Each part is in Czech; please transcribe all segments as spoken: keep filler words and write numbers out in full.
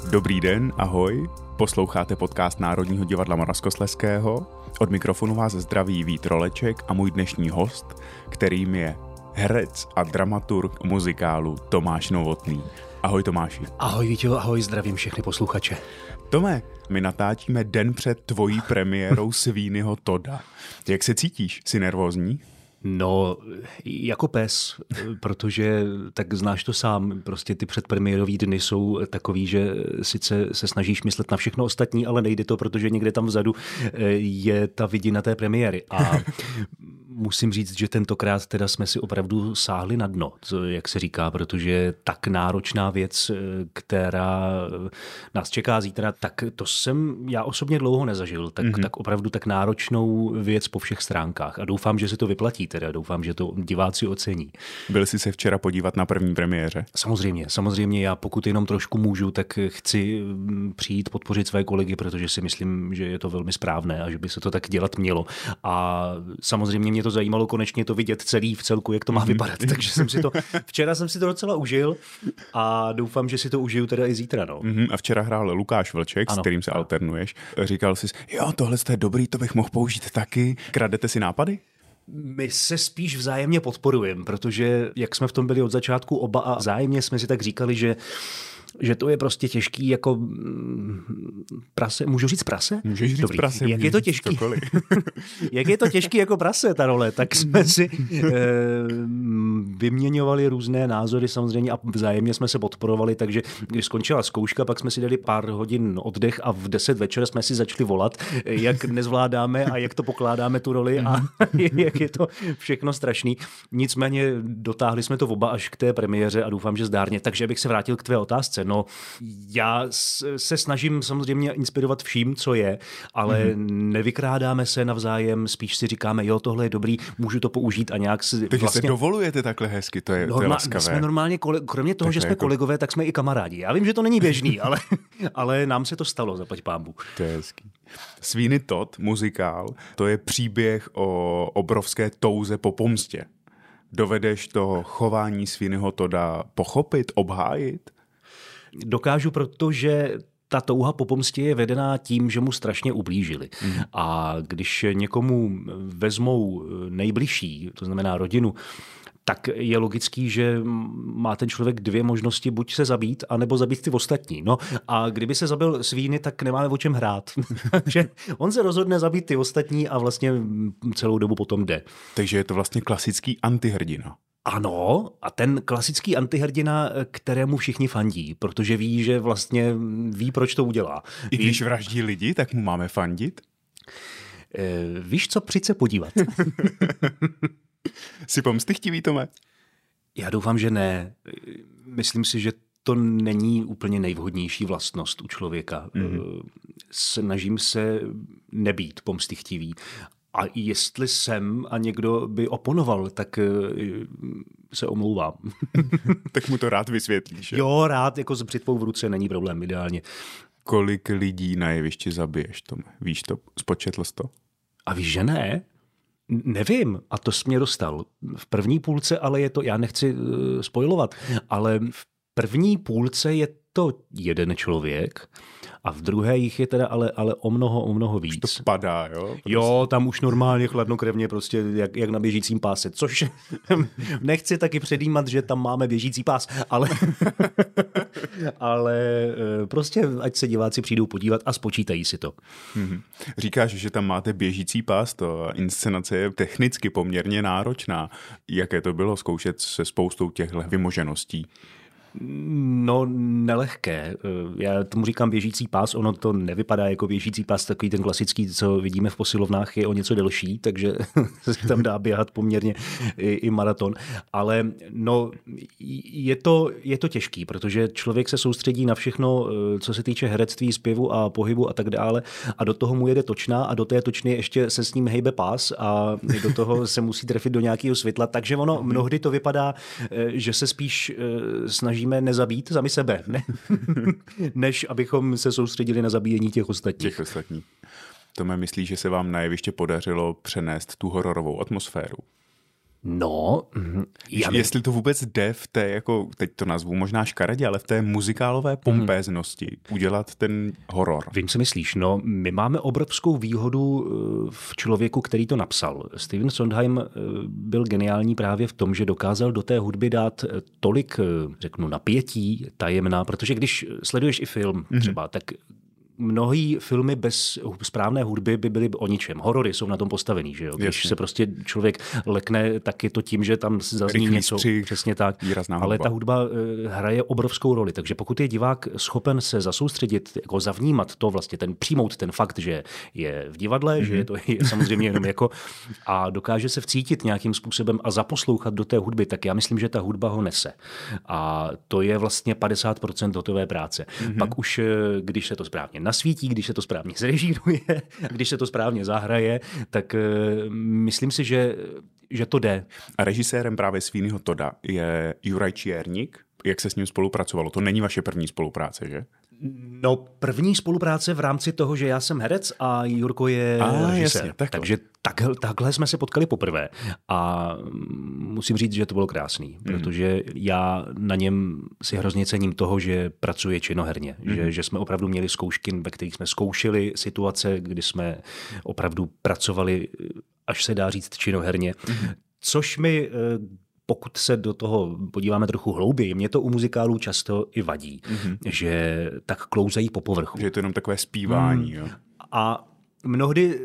Dobrý den, ahoj. Posloucháte podcast Národního divadla Moravskoslezského. Od mikrofonu vás zdraví Vít Roleček a můj dnešní host, kterým je herec a dramaturg muzikálu Tomáš Novotný. Ahoj Tomáši. Ahoj Víťo, ahoj, zdravím všechny posluchače. Tome, my natáčíme den před tvojí premiérou Sweeneyho Todda. Jak se cítíš? Jsi nervózní? No, jako pes, protože tak znáš to sám, prostě ty předpremiérový dny jsou takový, že sice se snažíš myslet na všechno ostatní, ale nejde to, protože někde tam vzadu je ta vidina té premiéry. A musím říct, že tentokrát teda jsme si opravdu sáhli na dno, jak se říká, protože tak náročná věc, která nás čeká zítra, tak to jsem já osobně dlouho nezažil, tak, mm-hmm. tak opravdu tak náročnou věc po všech stránkách a doufám, že se to vyplatí teda, doufám, že to diváci ocení. Byl jsi se včera podívat na první premiéře? Samozřejmě, samozřejmě já pokud jenom trošku můžu, tak chci přijít podpořit své kolegy, protože si myslím, že je to velmi správné a že by se to tak dělat mělo. A samozřejmě mě to zajímalo konečně to vidět celý v celku, jak to má vypadat, takže jsem si to, včera jsem si to docela užil a doufám, že si to užiju teda i zítra. No. Mm-hmm. A včera hrál Lukáš Vlček, ano, s kterým se ano. alternuješ. Říkal jsi, jo, tohle je dobrý, to bych mohl použít taky. Kradete si nápady? My se spíš vzájemně podporujeme, protože jak jsme v tom byli od začátku oba a vzájemně jsme si tak říkali, že že to je prostě těžký jako prase. Můžu říct prase? Můžeš říct Dobrý. prase. Jak je to těžký? Jak je to těžký jako prase, ta role? Tak jsme si e, vyměňovali různé názory samozřejmě a vzájemně jsme se podporovali, takže když skončila zkouška, pak jsme si dali pár hodin oddech a v deset večer jsme si začali volat, jak nezvládáme a jak to pokládáme tu roli a jak je to všechno strašný. Nicméně dotáhli jsme to oba až k té premiéře a doufám, že zdárně. Takže bych se vrátil k tvé otázce. No, já se snažím samozřejmě inspirovat vším, co je, ale mm-hmm. nevykrádáme se navzájem, spíš si říkáme, jo, tohle je dobrý, můžu to použít a nějak si Takže vlastně se dovolujete takhle hezky, to je, Norma- to je laskavé. Jsme normálně, kole- kromě toho, tak že jsme jako kolegové, tak jsme i kamarádi. Já vím, že to není běžný, ale, ale nám se to stalo, zaplať pánbu. To je hezký. Sweeney Todd, muzikál, to je příběh o obrovské touze po pomstě. Dovedeš to chování Sweeneyho Todda pochopit, obhájit? Dokážu, protože ta touha po pomstě je vedená tím, že mu strašně ublížili. Mm. A když někomu vezmou nejbližší, to znamená rodinu, tak je logický, že má ten člověk dvě možnosti, buď se zabít, anebo zabít ty ostatní. No a kdyby se zabil Sweeney, tak nemáme o čem hrát. Takže on se rozhodne zabít ty ostatní a vlastně celou dobu potom jde. Takže je to vlastně klasický antihrdina. Ano, a ten klasický antihrdina, kterému všichni fandí, protože ví, že vlastně ví, proč to udělá. I když vraždí lidi, tak mu máme fandit? E, víš co, přijď se podívat. Jsi pomstychtivý, Tome? Já doufám, že ne. Myslím si, že to není úplně nejvhodnější vlastnost u člověka. Mm-hmm. Snažím se nebýt pomstychtivý. A jestli jsem a někdo by oponoval, tak se omlouvám. Tak mu to rád vysvětlíš. Jo, jo rád, jako s břitvou v ruce není problém, ideálně. Kolik lidí na jevišti zabiješ, Tome? Víš to? Spočetl jsi to? A víš, že ne? Nevím, a to jsi mě dostal. V první půlce, ale je to, já nechci uh, spojovat, ale v první půlce je to jeden člověk a v druhé jich je teda ale, ale o mnoho, o mnoho víc. Už to padá, jo? Prostě. Jo, tam už normálně chladnokrevně prostě jak, jak na běžícím páse, což nechci taky předjímat, že tam máme běžící pás, ale, ale prostě ať se diváci přijdou podívat a spočítají si to. Hmm. Říkáš, že tam máte běžící pás, to inscenace je technicky poměrně náročná. Jaké to bylo zkoušet se spoustou těchto vymožeností? No, nelehké. Já tomu říkám běžící pás, ono to nevypadá jako běžící pás, takový ten klasický, co vidíme v posilovnách, je o něco delší, takže se tam dá běhat poměrně i, i maraton. Ale no, je to, je to těžký, protože člověk se soustředí na všechno, co se týče herectví, zpěvu a pohybu a tak dále a do toho mu jede točná a do té točny ještě se s ním hejbe pás a do toho se musí trefit do nějakého světla, takže ono mnohdy to vypadá, že se spíš snaží nezabít sami sebe, ne? než abychom se soustředili na zabíjení těch ostatních. Těch ostatních. Tome, myslíš, že se vám na jeviště podařilo přenést tu hororovou atmosféru? No, já jestli to vůbec jde v té, jako teď to nazvu možná škaredě, ale v té muzikálové pompéznosti hmm. udělat ten horor. Vím, co myslíš. No, my máme obrovskou výhodu v člověku, který to napsal. Stephen Sondheim byl geniální právě v tom, že dokázal do té hudby dát tolik, řeknu, napětí, tajemná, protože když sleduješ i film třeba, hmm. tak mnohý filmy bez správné hudby by byly o ničem. Horory jsou na tom postavený, že jo? Když Jasně. se prostě člověk lekne, tak je to tím, že tam zazní Rychlý něco. Střih, přesně tak. Ale hudba. Ta hudba hraje obrovskou roli. Takže pokud je divák schopen se zasoustředit, jako zavnímat to vlastně, ten přijmout ten fakt, že je v divadle, mm-hmm. že je to je samozřejmě jenom jako a dokáže se vcítit nějakým způsobem a zaposlouchat do té hudby, tak já myslím, že ta hudba ho nese. A to je vlastně padesát procent hotové práce. Mm-hmm. Pak už, když se to správně nasvítí, když se to správně zrežíruje, když se to správně zahraje, tak uh, myslím si, že, že to jde. A režisérem právě Sweeneyho Todda je Juraj Čierník. Jak se s ním spolupracovalo? To není vaše první spolupráce, že? No, první spolupráce v rámci toho, že já jsem herec a Jurko je a, režisér. Jasně, tak Takže tak, takhle jsme se potkali poprvé. A musím říct, že to bylo krásný, mm. protože já na něm si hrozně cením toho, že pracuje činoherně. Mm. Že, že jsme opravdu měli zkoušky, ve kterých jsme zkoušeli situace, kdy jsme opravdu pracovali, až se dá říct, činoherně. Mm. Což mi... Pokud se do toho podíváme trochu hlouběji, mě to u muzikálů často i vadí, mm-hmm. že tak klouzají po povrchu. Že je to jenom takové zpívání. Mm. Jo? A mnohdy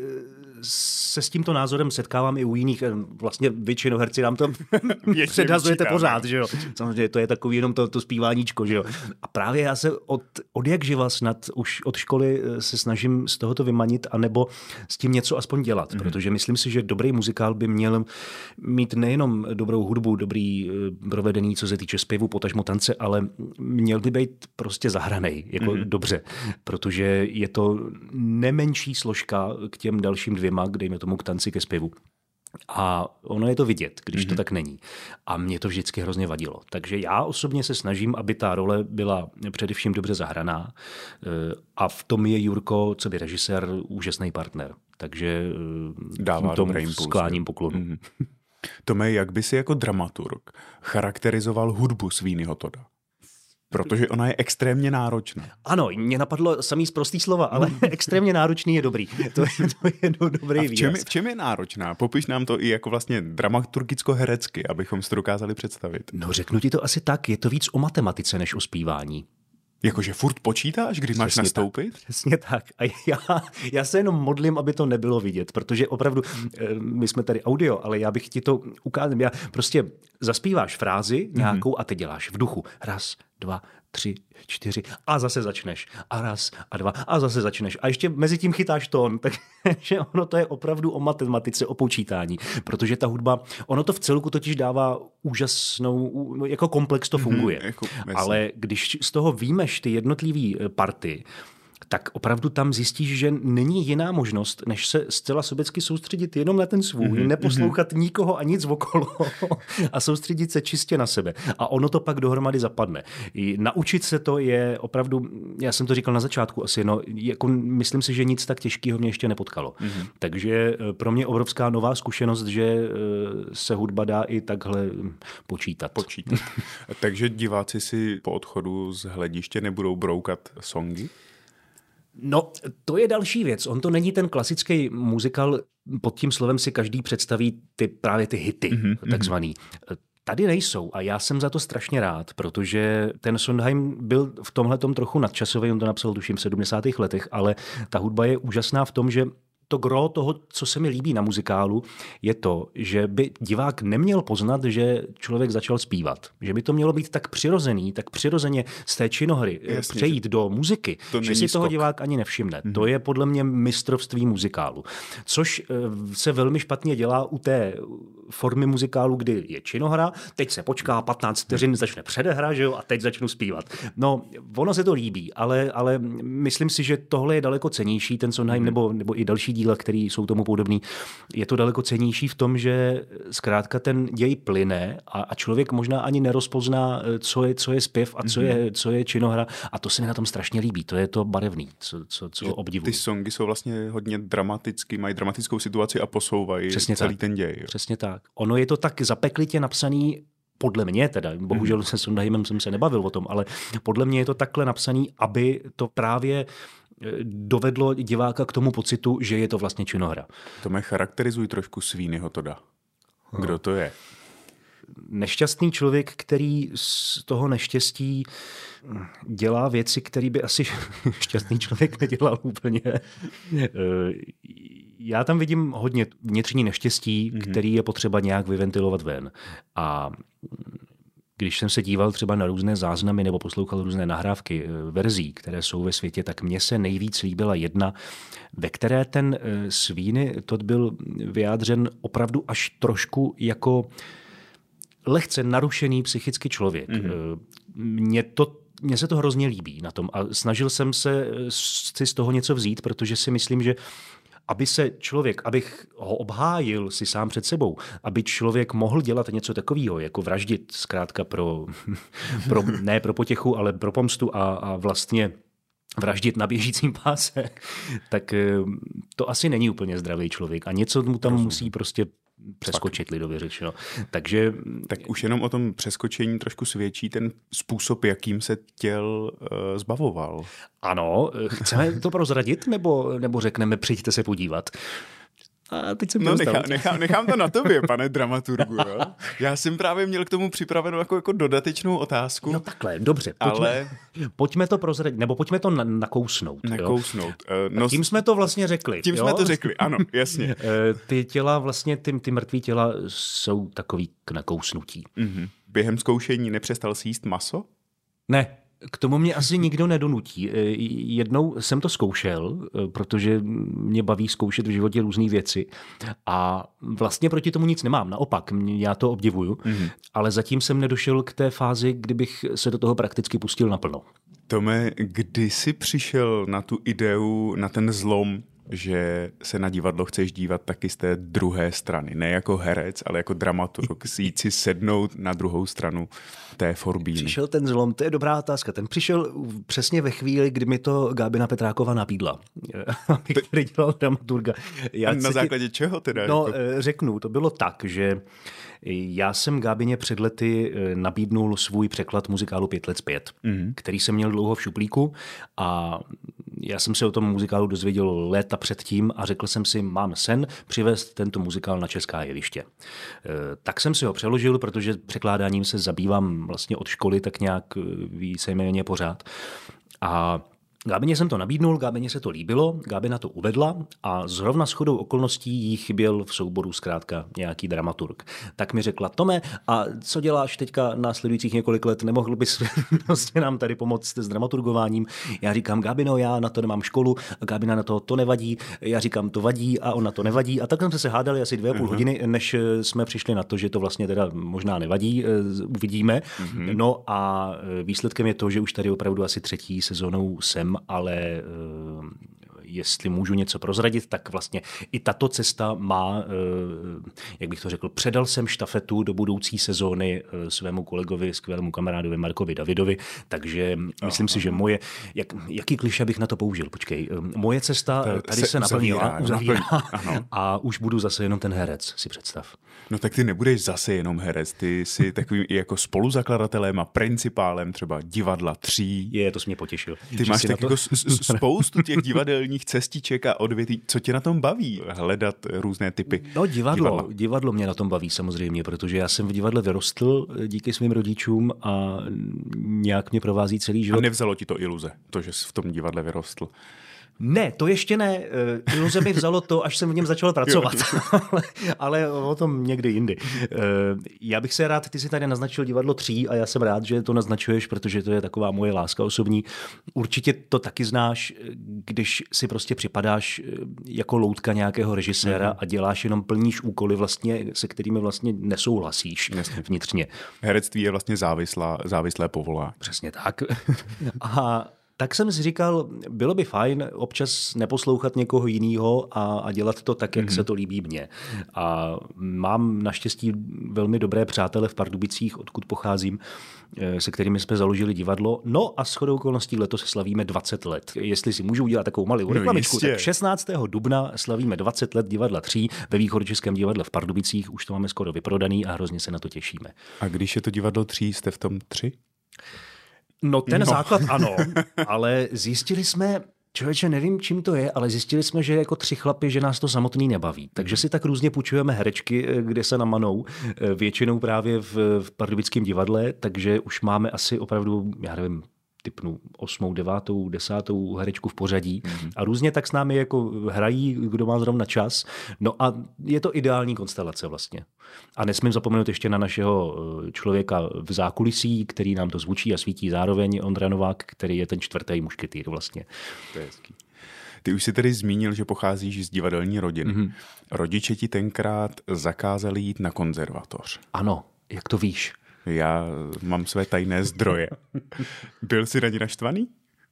se s tímto názorem setkávám i u jiných. Vlastně vy činoherci nám to předhazujete pořád, že jo. Samozřejmě to je takový jenom to, to zpíváníčko, že jo. A právě já se od, od jak živa snad už od školy se snažím z tohoto vymanit anebo s tím něco aspoň dělat, mm-hmm. protože myslím si, že dobrý muzikál by měl mít nejenom dobrou hudbu, dobrý provedený, co se týče zpěvu, potažmo tance, ale měl by být prostě zahranej, jako mm-hmm. dobře, protože je to nemenší složka k těm dalším dvěma, dejme tomu k tanci, ke zpěvu. A ono je to vidět, když mm-hmm. to tak není. A mě to vždycky hrozně vadilo. Takže já osobně se snažím, aby ta role byla především dobře zahraná a v tom je Jurko, co by režisér, úžasný partner. Takže dává tomu skláním poklonu. Mm-hmm. Tome, jak by si jako dramaturg charakterizoval hudbu Sweeneyho Todda? Protože ona je extrémně náročná. Ano, mě napadlo samý zprostý slova, ale extrémně náročný je dobrý. To je, to je dobrý A v čem, výraz. v čem je náročná? Popiš nám to i jako vlastně dramaturgicko-herecky, abychom si to dokázali představit. No řeknu ti to asi tak, je to víc o matematice než o zpívání. Jakože furt počítáš, když máš Přesně nastoupit? Tak. Přesně tak. A já, já se jenom modlím, aby to nebylo vidět, protože opravdu, my jsme tady audio, ale já bych ti to ukázal. Já prostě zaspíváš frázi nějakou mm-hmm. a ty děláš v duchu. Raz, dva, tři, čtyři a zase začneš. A raz, a dva a zase začneš. A ještě mezi tím chytáš tón. Takže ono to je opravdu o matematice, o počítání. Protože ta hudba, ono to v celku totiž dává úžasnou, jako komplex to funguje. Mm-hmm, jako, ale když z toho výjmeš ty jednotlivý party, tak opravdu tam zjistíš, že není jiná možnost, než se zcela sobecky soustředit jenom na ten svůj, mm-hmm. neposlouchat nikoho a nic okolo a soustředit se čistě na sebe. A ono to pak dohromady zapadne. I naučit se to je opravdu, já jsem to říkal na začátku asi, no, jako myslím si, že nic tak těžkého mě ještě nepotkalo. Mm-hmm. Takže pro mě obrovská nová zkušenost, že se hudba dá i takhle počítat. Počítat. Takže diváci si po odchodu z hlediště nebudou broukat songy? No, to je další věc. On to není ten klasický muzikál, pod tím slovem si každý představí ty, právě ty hity, mm-hmm. takzvaný. Tady nejsou a já jsem za to strašně rád, protože ten Sondheim byl v tomhletom trochu nadčasový, on to napsal tuším v sedmdesátých letech, ale ta hudba je úžasná v tom, že to gro toho, co se mi líbí na muzikálu, je to, že by divák neměl poznat, že člověk začal zpívat. Že by to mělo být tak přirozený, tak přirozeně z té činohry Jasně, přejít do muziky, že si skok. Toho divák ani nevšimne. Mm-hmm. To je podle mě mistrovství muzikálu. Což se velmi špatně dělá u té formy muzikálu, kdy je činohra, teď se počká patnáct vteřin, začne předehra, že jo, a teď začnu zpívat. No, ono se to líbí, ale, ale myslím si, že tohle je daleko cennější, ten Sondheim mm-hmm. nebo, nebo i další díla, které jsou tomu podobný, je to daleko cennější v tom, že zkrátka ten děj plyne a, a člověk možná ani nerozpozná, co je, co je zpěv a co je, co je činohra a to se mi na tom strašně líbí. To je to barevný, co, co, co obdivuji. Ty songy jsou vlastně hodně dramatický, mají dramatickou situaci a posouvají Přesně celý tak. ten děj. Jo. Přesně tak. Ono je to tak zapeklitě napsaný, podle mě teda, bohužel mm. se Sondheimem jsem se nebavil o tom, ale podle mě je to takhle napsaný, aby to právě dovedlo diváka k tomu pocitu, že je to vlastně činohra. To mě charakterizují trošku Sweeneyho Todda. Kdo to je? Nešťastný člověk, který z toho neštěstí dělá věci, které by asi šťastný člověk nedělal úplně. Já tam vidím hodně vnitřní neštěstí, mm-hmm. který je potřeba nějak vyventilovat ven. A když jsem se díval třeba na různé záznamy nebo poslouchal různé nahrávky verzí, které jsou ve světě, tak mně se nejvíc líbila jedna, ve které ten Sweeney Todd byl vyjádřen opravdu až trošku jako lehce narušený psychicky člověk. Mm-hmm. Mně to Mně se to hrozně líbí na tom a snažil jsem se si z toho něco vzít, protože si myslím, že aby se člověk, abych ho obhájil si sám před sebou, aby člověk mohl dělat něco takového, jako vraždit zkrátka pro, pro ne pro potěchu, ale pro pomstu a, a vlastně vraždit na běžícím páse, tak to asi není úplně zdravý člověk a něco mu tam Rozumím. musí prostě přeskočit, lidově řečeno. Takže... Tak už jenom o tom přeskočení trošku svědčí ten způsob, jakým se těl uh, zbavoval. Ano, chceme to prozradit, nebo, nebo řekneme, přijďte se podívat? A teď jsem no nechám, nechám, nechám to na tobě, pane dramaturgu. Jo? Já jsem právě měl k tomu připravenou jako, jako dodatečnou otázku. No takhle, dobře. Pojďme, ale... pojďme to prozradit, nebo pojďme to na, nakousnout. Nakousnout. Jo? No, tím jsme to vlastně řekli. Tím jo? jsme to řekli, ano, jasně. Ty těla, vlastně ty, ty mrtvý těla jsou takový k nakousnutí. Mm-hmm. Během zkoušení nepřestal si jíst maso? Ne. K tomu mě asi nikdo nedonutí. Jednou jsem to zkoušel, protože mě baví zkoušet v životě různé věci a vlastně proti tomu nic nemám. Naopak, já to obdivuju, mm-hmm. ale zatím jsem nedošel k té fázi, kdybych se do toho prakticky pustil naplno. Tome, kdy jsi přišel na tu ideu, na ten zlom, že se na divadlo chceš dívat taky z té druhé strany. Ne jako herec, ale jako dramaturg. Jít si sednout na druhou stranu té forbíny. Přišel ten zlom, to je dobrá otázka. Ten přišel přesně ve chvíli, kdy mi to Gábina Petráková nabídla. Který dělal dramaturga. Já na základě tě... čeho teda? No, řeknu, to bylo tak, že já jsem Gábině před lety nabídnul svůj překlad muzikálu Pět let zpět, mm-hmm. který jsem měl dlouho v šuplíku a já jsem se o tom muzikálu dozvěděl léta předtím a řekl jsem si, mám sen přivést tento muzikál na česká jeviště. Tak jsem si ho přeložil, protože překládáním se zabývám vlastně od školy tak nějak víceméně pořád. A Gábině jsem to nabídnul, Gábině se to líbilo, Gábina to uvedla a zrovna shodou okolností jí chyběl v souboru zkrátka nějaký dramaturg. Tak mi řekla, Tome, a co děláš teďka následujících několik let, nemohl bys vlastně nám tady pomoct s dramaturgováním? Já říkám, Gábino, já na to nemám školu, a Gábina na to to nevadí, já říkám, to vadí a ona to nevadí a tak jsme se hádali asi dvě a půl uh-huh. hodiny, než jsme přišli na to, že to vlastně teda možná nevadí, uvidíme. Uh-huh. No a výsledkem je to, že už tady opravdu asi třetí sezónou jsem, ale uh, jestli můžu něco prozradit, tak vlastně i tato cesta má, uh, jak bych to řekl, předal jsem štafetu do budoucí sezóny uh, svému kolegovi, skvělému kamarádovi Markovi Davidovi, takže aha, myslím si, že moje, jak, jaký klišé bych na to použil, počkej, uh, moje cesta to tady se, se naplnila, uzavírá a už budu zase jenom ten herec, si představ. No tak ty nebudeš zase jenom herec, ty jsi takovým i jako spoluzakladatelem a principálem třeba Divadla tří. Je, to jsi mě potěšil. Ty máš tak to... jako spoustu těch divadelních cestiček a odvětví. Co tě na tom baví? Hledat různé typy No divadlo, divadla. divadlo mě na tom baví samozřejmě, protože já jsem v divadle vyrostl díky svým rodičům a nějak mě provází celý život. A nevzalo ti to iluze, to, že jsi v tom divadle vyrostl? Ne, to ještě ne. Iluze mi vzalo to, až jsem v něm začal pracovat. ale, ale o tom někdy jindy. Já bych se rád, ty si tady naznačil Divadlo tří a já jsem rád, že to naznačuješ, protože to je taková moje láska osobní. Určitě to taky znáš, když si prostě připadáš jako loutka nějakého režiséra mm-hmm. a děláš jenom plníš úkoly vlastně, se kterými vlastně nesouhlasíš Jasně. vnitřně. Herectví je vlastně závislá, závislé povolání. Přesně tak. A tak jsem si říkal, bylo by fajn občas neposlouchat někoho jiného a, a dělat to tak, jak mm-hmm. se to líbí mně. A mám naštěstí velmi dobré přátele v Pardubicích, odkud pocházím, se kterými jsme založili divadlo. No a shodou okolností letos slavíme dvacet let. Jestli si můžu udělat takovou malou reklamičku, no tak šestnáctého dubna slavíme dvacet let divadla tří ve Východočeském divadle v Pardubicích. Už to máme skoro vyprodaný a hrozně se na to těšíme. A když je to divadlo tří, jste v tom tři? No ten no. základ ano, ale zjistili jsme, člověče, nevím, čím to je, ale zjistili jsme, že jako tři chlapi, že nás to samotný nebaví. Takže si tak různě půjčujeme herečky, kde se namanou, většinou právě v, v Pardubickém divadle, takže už máme asi opravdu, já nevím, typnu osmou, devátou, desátou herečku v pořadí mm-hmm. a různě tak s námi jako hrají, kdo má zrovna čas. No a je to ideální konstelace vlastně. A nesmím zapomenout ještě na našeho člověka v zákulisí, který nám to zvučí a svítí zároveň, Ondra Novák, který je ten čtvrtý mušketýr vlastně. To je hezký. Ty už si tedy zmínil, že pocházíš z divadelní rodiny. Mm-hmm. Rodiče ti tenkrát zakázali jít na konzervatoř. Ano, jak to víš? Já mám své tajné zdroje. Byl jsi na ně naštvaný?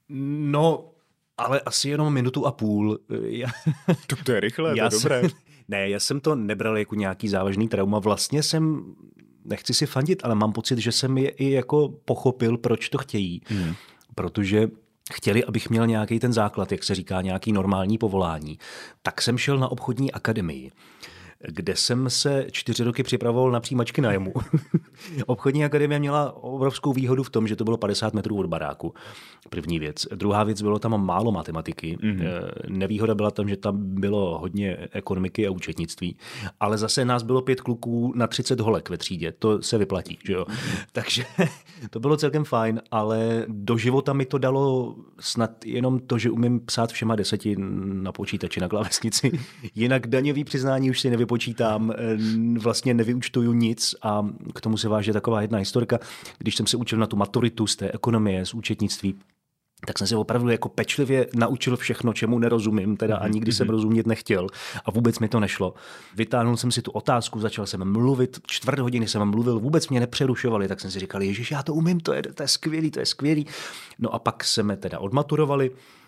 No, ale asi jenom minutu a půl. Já... To, to je rychle, já to je dobré. Jsem... Ne, já jsem to nebral jako nějaký závažný trauma. Vlastně jsem, nechci si fandit, ale mám pocit, že jsem je i jako pochopil, proč to chtějí. Hmm. Protože chtěli, abych měl nějaký ten základ, jak se říká, nějaký normální povolání. Tak jsem šel na obchodní akademii, kde jsem se čtyři roky připravoval na přijímačky nájmu. Obchodní akademie měla obrovskou výhodu v tom, že to bylo padesát metrů od baráku. První věc. Druhá věc, bylo tam málo matematiky. Mm-hmm. Nevýhoda byla tam, že tam bylo hodně ekonomiky a účetnictví. Ale zase nás bylo pět kluků na třicet holek ve třídě. To se vyplatí, že jo? Takže to bylo celkem fajn, ale do života mi to dalo snad jenom to, že umím psát všema deseti na počítači, na klávesnici. Jinak daňový přiznání už si nevyplatí. Počítám, vlastně nevyučtuju nic a k tomu se váže taková jedna historka. Když jsem se učil na tu maturitu z té ekonomie, z účetnictví, tak jsem se opravdu jako pečlivě naučil všechno, čemu nerozumím, teda a nikdy jsem rozumět nechtěl a vůbec mi to nešlo. Vytáhnul jsem si tu otázku, začal jsem mluvit, čtvrt hodiny jsem mluvil, vůbec mě nepřerušovali, tak jsem si říkal, ježiš, já to umím, to je, to je skvělý, to je skvělý. No a pak jsme teda odmaturovali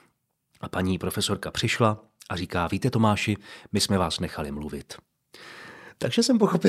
a paní profesorka přišla a říká, víte Tomáši, my jsme vás nechali mluvit. Takže jsem pochopil,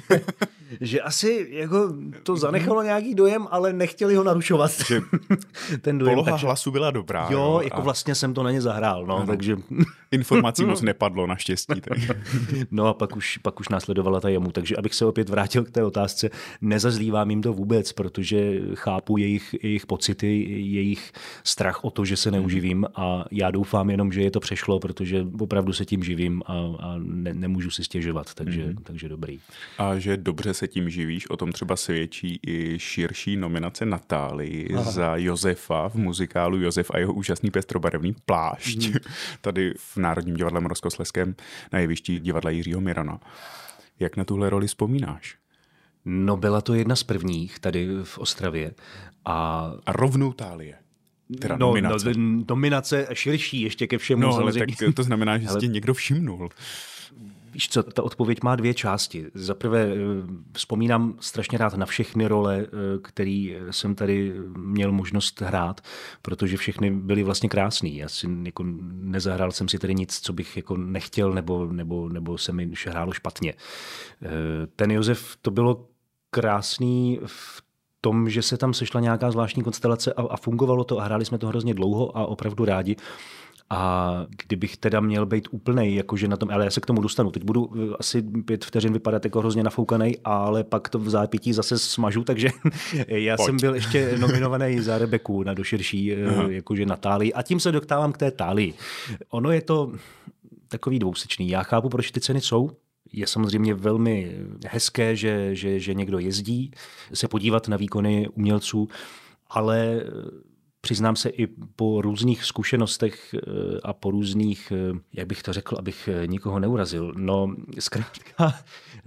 že asi jako to zanechalo nějaký dojem, ale nechtěli ho narušovat. Že ten dojem, poloha takže... hlasu byla dobrá. Jo, jo jako a... vlastně jsem to na ně zahrál. No, takže... Informací moc nepadlo, naštěstí. No a pak už, pak už následovala ta jemu. Takže abych se opět vrátil k té otázce, nezazlívám jim to vůbec, protože chápu jejich, jejich pocity, jejich strach o to, že se neuživím a já doufám jenom, že je to přešlo, protože opravdu se tím živím a, a ne, nemůžu si stěžovat, takže, mm. takže dobrý. A že dobře se tím živíš, o tom třeba svědčí i širší nominace Natálii Aha. za Josefa v muzikálu Josef a jeho úžasný pestrobarevný plášť. Mm. Tady v Národním divadle Moravskoslezském na jevišti divadla Jiřího Mirona. Jak na tuhle roli vzpomínáš? No byla to jedna z prvních tady v Ostravě. A, a rovnou Tálie. Teda no, nominace. No, nominace širší ještě ke všemu. No, ale tak to znamená, že ale... si tě někdo všimnul. Víš co, ta odpověď má dvě části. Za prvé vzpomínám strašně rád na všechny role, které jsem tady měl možnost hrát, protože všechny byly vlastně krásný. Já si jako nezahrál jsem si tady nic, co bych jako nechtěl, nebo, nebo, nebo se mi hrálo špatně. Ten Josef, to bylo krásný v tom, že se tam sešla nějaká zvláštní konstelace a, a fungovalo to a hráli jsme to hrozně dlouho a opravdu rádi. A kdybych teda měl být úplnej, jakože na tom, ale já se k tomu dostanu. Teď budu asi pět vteřin vypadat jako hrozně nafoukanej, ale pak to v zápětí zase smažu, takže já Pojď. jsem byl ještě nominovaný za Rebeku na doširší, Aha. jakože na Tálii. A tím se doktávám k té Tálii. Ono je to takový dvousečný. Já chápu, proč ty ceny jsou. Je samozřejmě velmi hezké, že, že, že někdo jezdí se podívat na výkony umělců, ale přiznám se i po různých zkušenostech a po různých, jak bych to řekl, abych nikoho neurazil. No, zkrátka,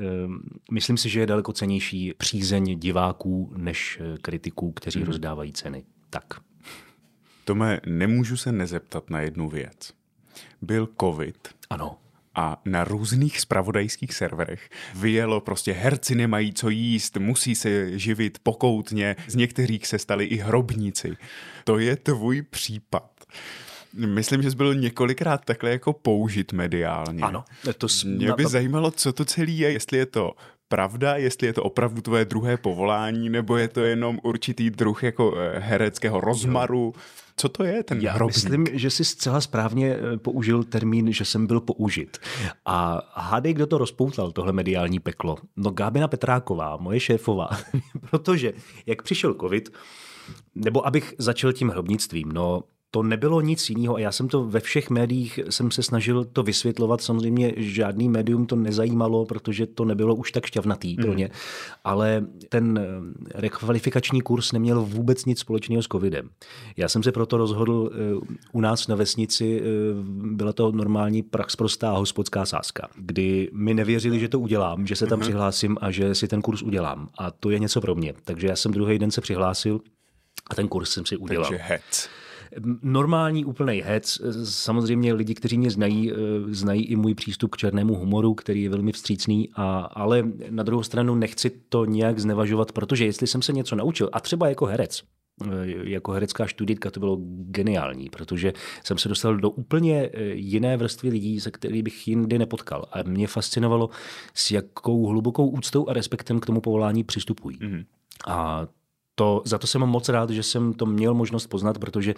myslím si, že je daleko cennější přízeň diváků než kritiků, kteří hmm. rozdávají ceny. Tak. Tome, nemůžu se nezeptat na jednu věc. Byl covid. Ano. a na různých zpravodajských serverech vyjelo prostě herci nemají co jíst, musí se živit pokoutně, z některých se stali i hrobníci. To je tvůj případ. Myslím, že jsi byl několikrát takhle jako použit mediálně. Ano. To s... Mě by zajímalo, co to celý je, jestli je to pravda, jestli je to opravdu tvoje druhé povolání, nebo je to jenom určitý druh jako hereckého rozmaru. Co to je ten Já hrobník? myslím, že jsi zcela správně použil termín, že jsem byl použit. A hádej, kdo to rozpoutal, tohle mediální peklo. No Gábina Petráková, moje šéfová. Protože jak přišel covid, nebo abych začal tím hrobnictvím, no to nebylo nic jiného a já jsem to ve všech médiích jsem se snažil to vysvětlovat. Samozřejmě žádný médium to nezajímalo, protože to nebylo už tak šťavnatý pro ně. Mm. Ale ten rekvalifikační kurz neměl vůbec nic společného s covidem. Já jsem se proto rozhodl u nás na vesnici, byla to normální praxprostá hospodská sázka, kdy mi nevěřili, že to udělám, že se tam mm. přihlásím a že si ten kurz udělám. A to je něco pro mě. Takže já jsem druhý den se přihlásil a ten kurz jsem si udělal. Takže hec. Normální úplnej hec. Samozřejmě lidi, kteří mě znají, znají i můj přístup k černému humoru, který je velmi vstřícný, a, ale na druhou stranu nechci to nějak znevažovat, protože jestli jsem se něco naučil, a třeba jako herec, jako herecká studitka to bylo geniální, protože jsem se dostal do úplně jiné vrstvy lidí, se kterými bych jindy nepotkal. A mě fascinovalo, s jakou hlubokou úctou a respektem k tomu povolání přistupují. Mm. A To, za to jsem moc rád, že jsem to měl možnost poznat, protože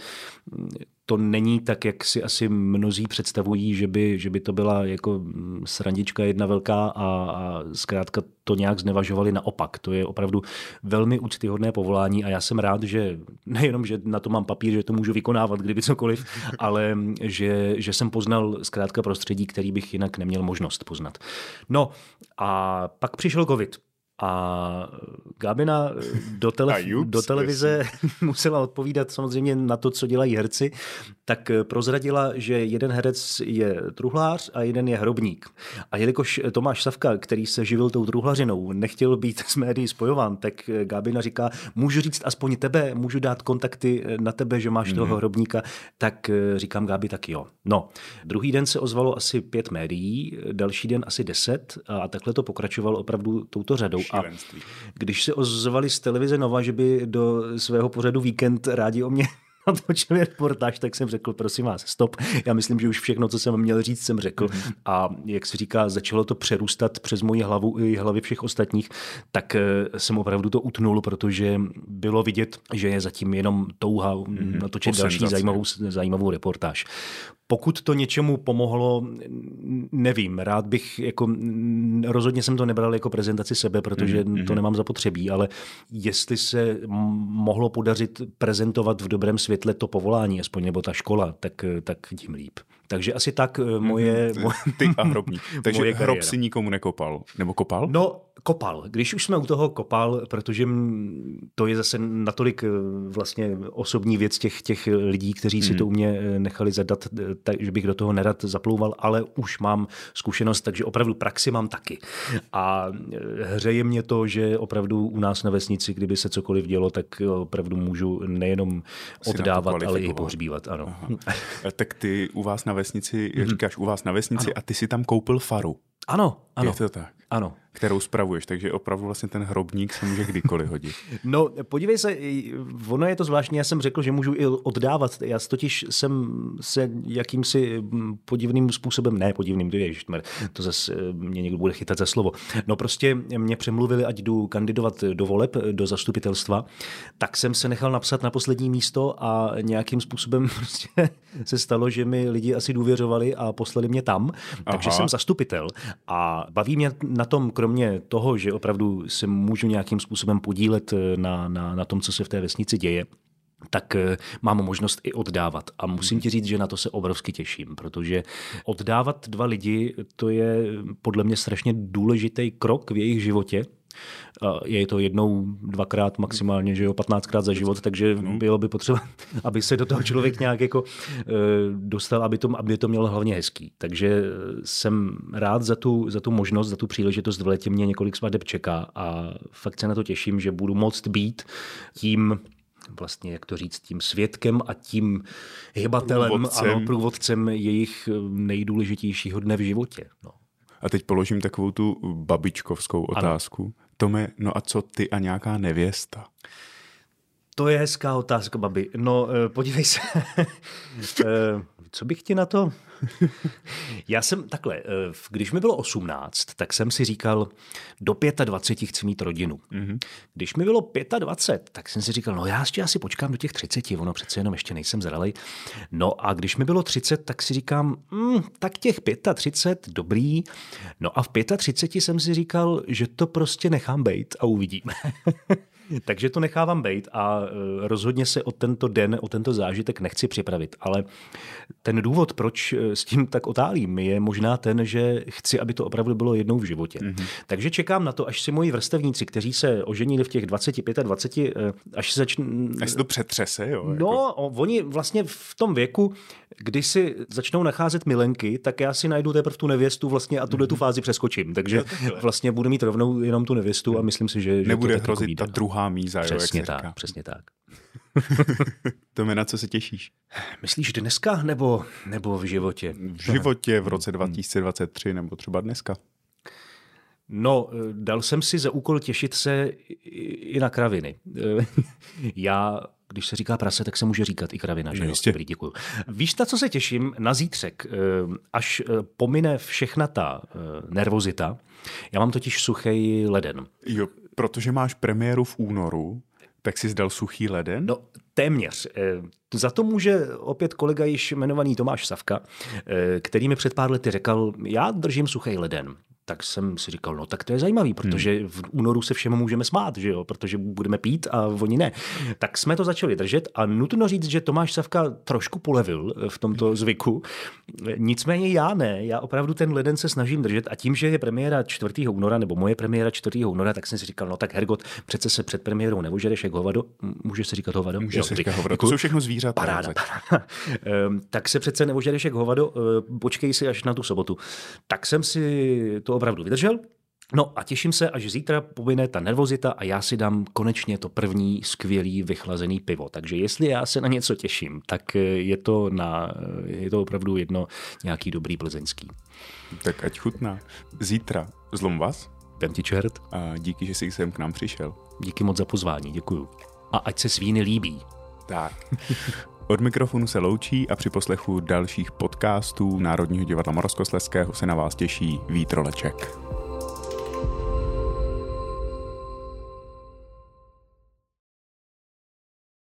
to není tak, jak si asi mnozí představují, že by, že by to byla jako srandička jedna velká a, a zkrátka to nějak znevažovali. Naopak. To je opravdu velmi úctyhodné povolání a já jsem rád, že nejenom, že na to mám papír, že to můžu vykonávat kdyby cokoliv, ale že, že jsem poznal zkrátka prostředí, který bych jinak neměl možnost poznat. No a pak přišel covid. A Gábina do, tele, do televize musela odpovídat samozřejmě na to, co dělají herci, tak prozradila, že jeden herec je truhlář a jeden je hrobník. A jelikož Tomáš Savka, který se živil tou truhlařinou, nechtěl být s médií spojován, tak Gábina říká, můžu říct aspoň tebe, můžu dát kontakty na tebe, že máš mm-hmm. toho hrobníka, tak říkám Gábi, tak jo. No, druhý den se ozvalo asi pět médií, další den asi deset a takhle to pokračovalo opravdu touto řadou. A když se ozvali z televize Nova, že by do svého pořadu Víkend rádi o mě natočili reportáž, tak jsem řekl, prosím vás, stop. Já myslím, že už všechno, co jsem měl říct, jsem řekl. Mm-hmm. A jak se říká, začalo to přerůstat přes moji hlavu i hlavy všech ostatních, tak jsem opravdu to utnul, protože bylo vidět, že je zatím jenom touha mm-hmm. natočit další zajímavou, zajímavou reportáž. Pokud to něčemu pomohlo, nevím, rád bych, jako, rozhodně jsem to nebral jako prezentaci sebe, protože mm-hmm. to nemám zapotřebí, ale jestli se mohlo podařit prezentovat v dobrém světle to povolání, aspoň nebo ta škola, tak, tak tím líp. Takže asi tak moje... Mm, moje ty a hrobník. Takže hrob si nikomu nekopal. Nebo kopal? No, kopal. Když už jsme u toho kopal, protože to je zase natolik vlastně osobní věc těch, těch lidí, kteří mm. si to u mě nechali zadat, tak, že bych do toho nerad zaplouval, ale už mám zkušenost, takže opravdu praxi mám taky. A hřeje mě to, že opravdu u nás na vesnici, kdyby se cokoliv dělo, tak opravdu můžu nejenom oddávat, ale i pohřbívat. Ano. Tak ty u vás na vesnici, mm. říkáš u vás na vesnici ano. A ty si tam koupil faru. Ano, ano. Je to tak? Ano. Kterou spravuješ, takže opravdu vlastně ten hrobník se může kdykoliv hodit. No, podívej se, ono je to zvláštní, já jsem řekl, že můžu i oddávat. Já totiž jsem se jakýmsi podivným způsobem, ne podivným, to je, to zase mě někdo bude chytat za slovo. No prostě mě přemluvili, ať jdu kandidovat do voleb, do zastupitelstva, tak jsem se nechal napsat na poslední místo a nějakým způsobem prostě se stalo, že mi lidi asi důvěřovali a poslali mě tam, takže Aha. jsem zastupitel a baví mě na tom, kromě toho, že opravdu se můžu nějakým způsobem podílet na, na, na tom, co se v té vesnici děje, tak mám možnost i oddávat. A musím ti říct, že na to se obrovsky těším, protože oddávat dva lidi, to je podle mě strašně důležitý krok v jejich životě. Je to jednou, dvakrát maximálně, že jo, patnáctkrát za život, takže bylo by potřeba, aby se do toho člověk nějak jako dostal, aby to, aby to mělo hlavně hezký. Takže jsem rád za tu, za tu možnost, za tu příležitost. V létě mě několik svateb čeká a fakt se na to těším, že budu moct být tím vlastně, jak to říct, tím svědkem a tím hybatelem, průvodcem. Ano, průvodcem jejich nejdůležitějšího dne v životě. No. A teď položím takovou tu babičkovskou otázku. Ano. Tome, no a co ty a nějaká nevěsta? To je hezká otázka, babi. No, podívej se. Co bych ti na to... Já jsem takhle, když mi bylo osmnáct, tak jsem si říkal, do dvaceti pěti chci mít rodinu. Mm-hmm. Když mi bylo dvacet pět, tak jsem si říkal, no já ještě asi počkám do těch třiceti, ono přece jenom ještě nejsem zralej. No a když mi bylo třicet, tak si říkám, mm, tak těch třicet pět, dobrý. No a v třiceti pěti jsem si říkal, že to prostě nechám bejt a uvidíme. Takže to nechávám bejt a rozhodně se o tento den, o tento zážitek nechci připravit. Ale ten důvod, proč s tím tak otálím, je možná ten, že chci, aby to opravdu bylo jednou v životě. Mm-hmm. Takže čekám na to, až si moji vrstevníci, kteří se oženili v těch dvaceti pěti, dvaceti, až se začne... Až se to přetřese, jo? No, jako... oni vlastně v tom věku, kdy si začnou nacházet milenky, tak já si najdu teprve tu nevěstu vlastně a tuhle tu fázi přeskočím. Takže vlastně budu mít rovnou jenom tu nevěstu a myslím si, že... Nebude že to hrozit ta druhá míza. Přesně jo, jak tak, přesně tak. Tome, na co se těšíš? Myslíš dneska nebo, nebo v životě? V životě v roce dva tisíce dvacet tři nebo třeba dneska? No, dal jsem si za úkol těšit se i na kraviny. Já, když se říká prase, tak se může říkat i kravina, že jo? Dobrý, děkuju. Víš, na co se těším? Na zítřek, až pomine všechna ta nervozita. Já mám totiž suchý leden. Jo, protože máš premiéru v únoru, tak jsi zdal suchý leden? No, téměř. Za to může opět kolega již jmenovaný Tomáš Savka, který mi před pár lety řekl, já držím suchý leden. Tak jsem si říkal, no tak to je zajímavý, protože v únoru se všemu můžeme smát, že jo, protože budeme pít a oni ne. Tak jsme to začali držet a nutno říct, že Tomáš Savka trošku polevil v tomto zvyku. Nicméně já ne, já opravdu ten leden se snažím držet a tím, že je premiéra čtvrtého února, nebo moje premiéra čtvrtého února, tak jsem si říkal, no tak Hergot, přece se před premiérou neožereš jak hovado. Může se říkat hovado? Může se říkat hovado. To jsou všechno zvířata. Paráda, paráda. Tak se přece neožereš jak hovado, počkej si až na tu sobotu. Tak jsem si to opravdu vydržel. No a těším se, až zítra pomine ta nervozita a já si dám konečně to první skvělý vychlazený pivo. Takže jestli já se na něco těším, tak je to, na, je to opravdu jedno nějaký dobrý plzeňský. Tak ať chutná. Zítra zlom vás. Vem ti čert. A díky, že jsi sem k nám přišel. Díky moc za pozvání, děkuju. A ať se svíny líbí. Tak. Od mikrofonu se loučí a při poslechu dalších podcastů Národního divadla Moravskoslezského se na vás těší Vít Roleček.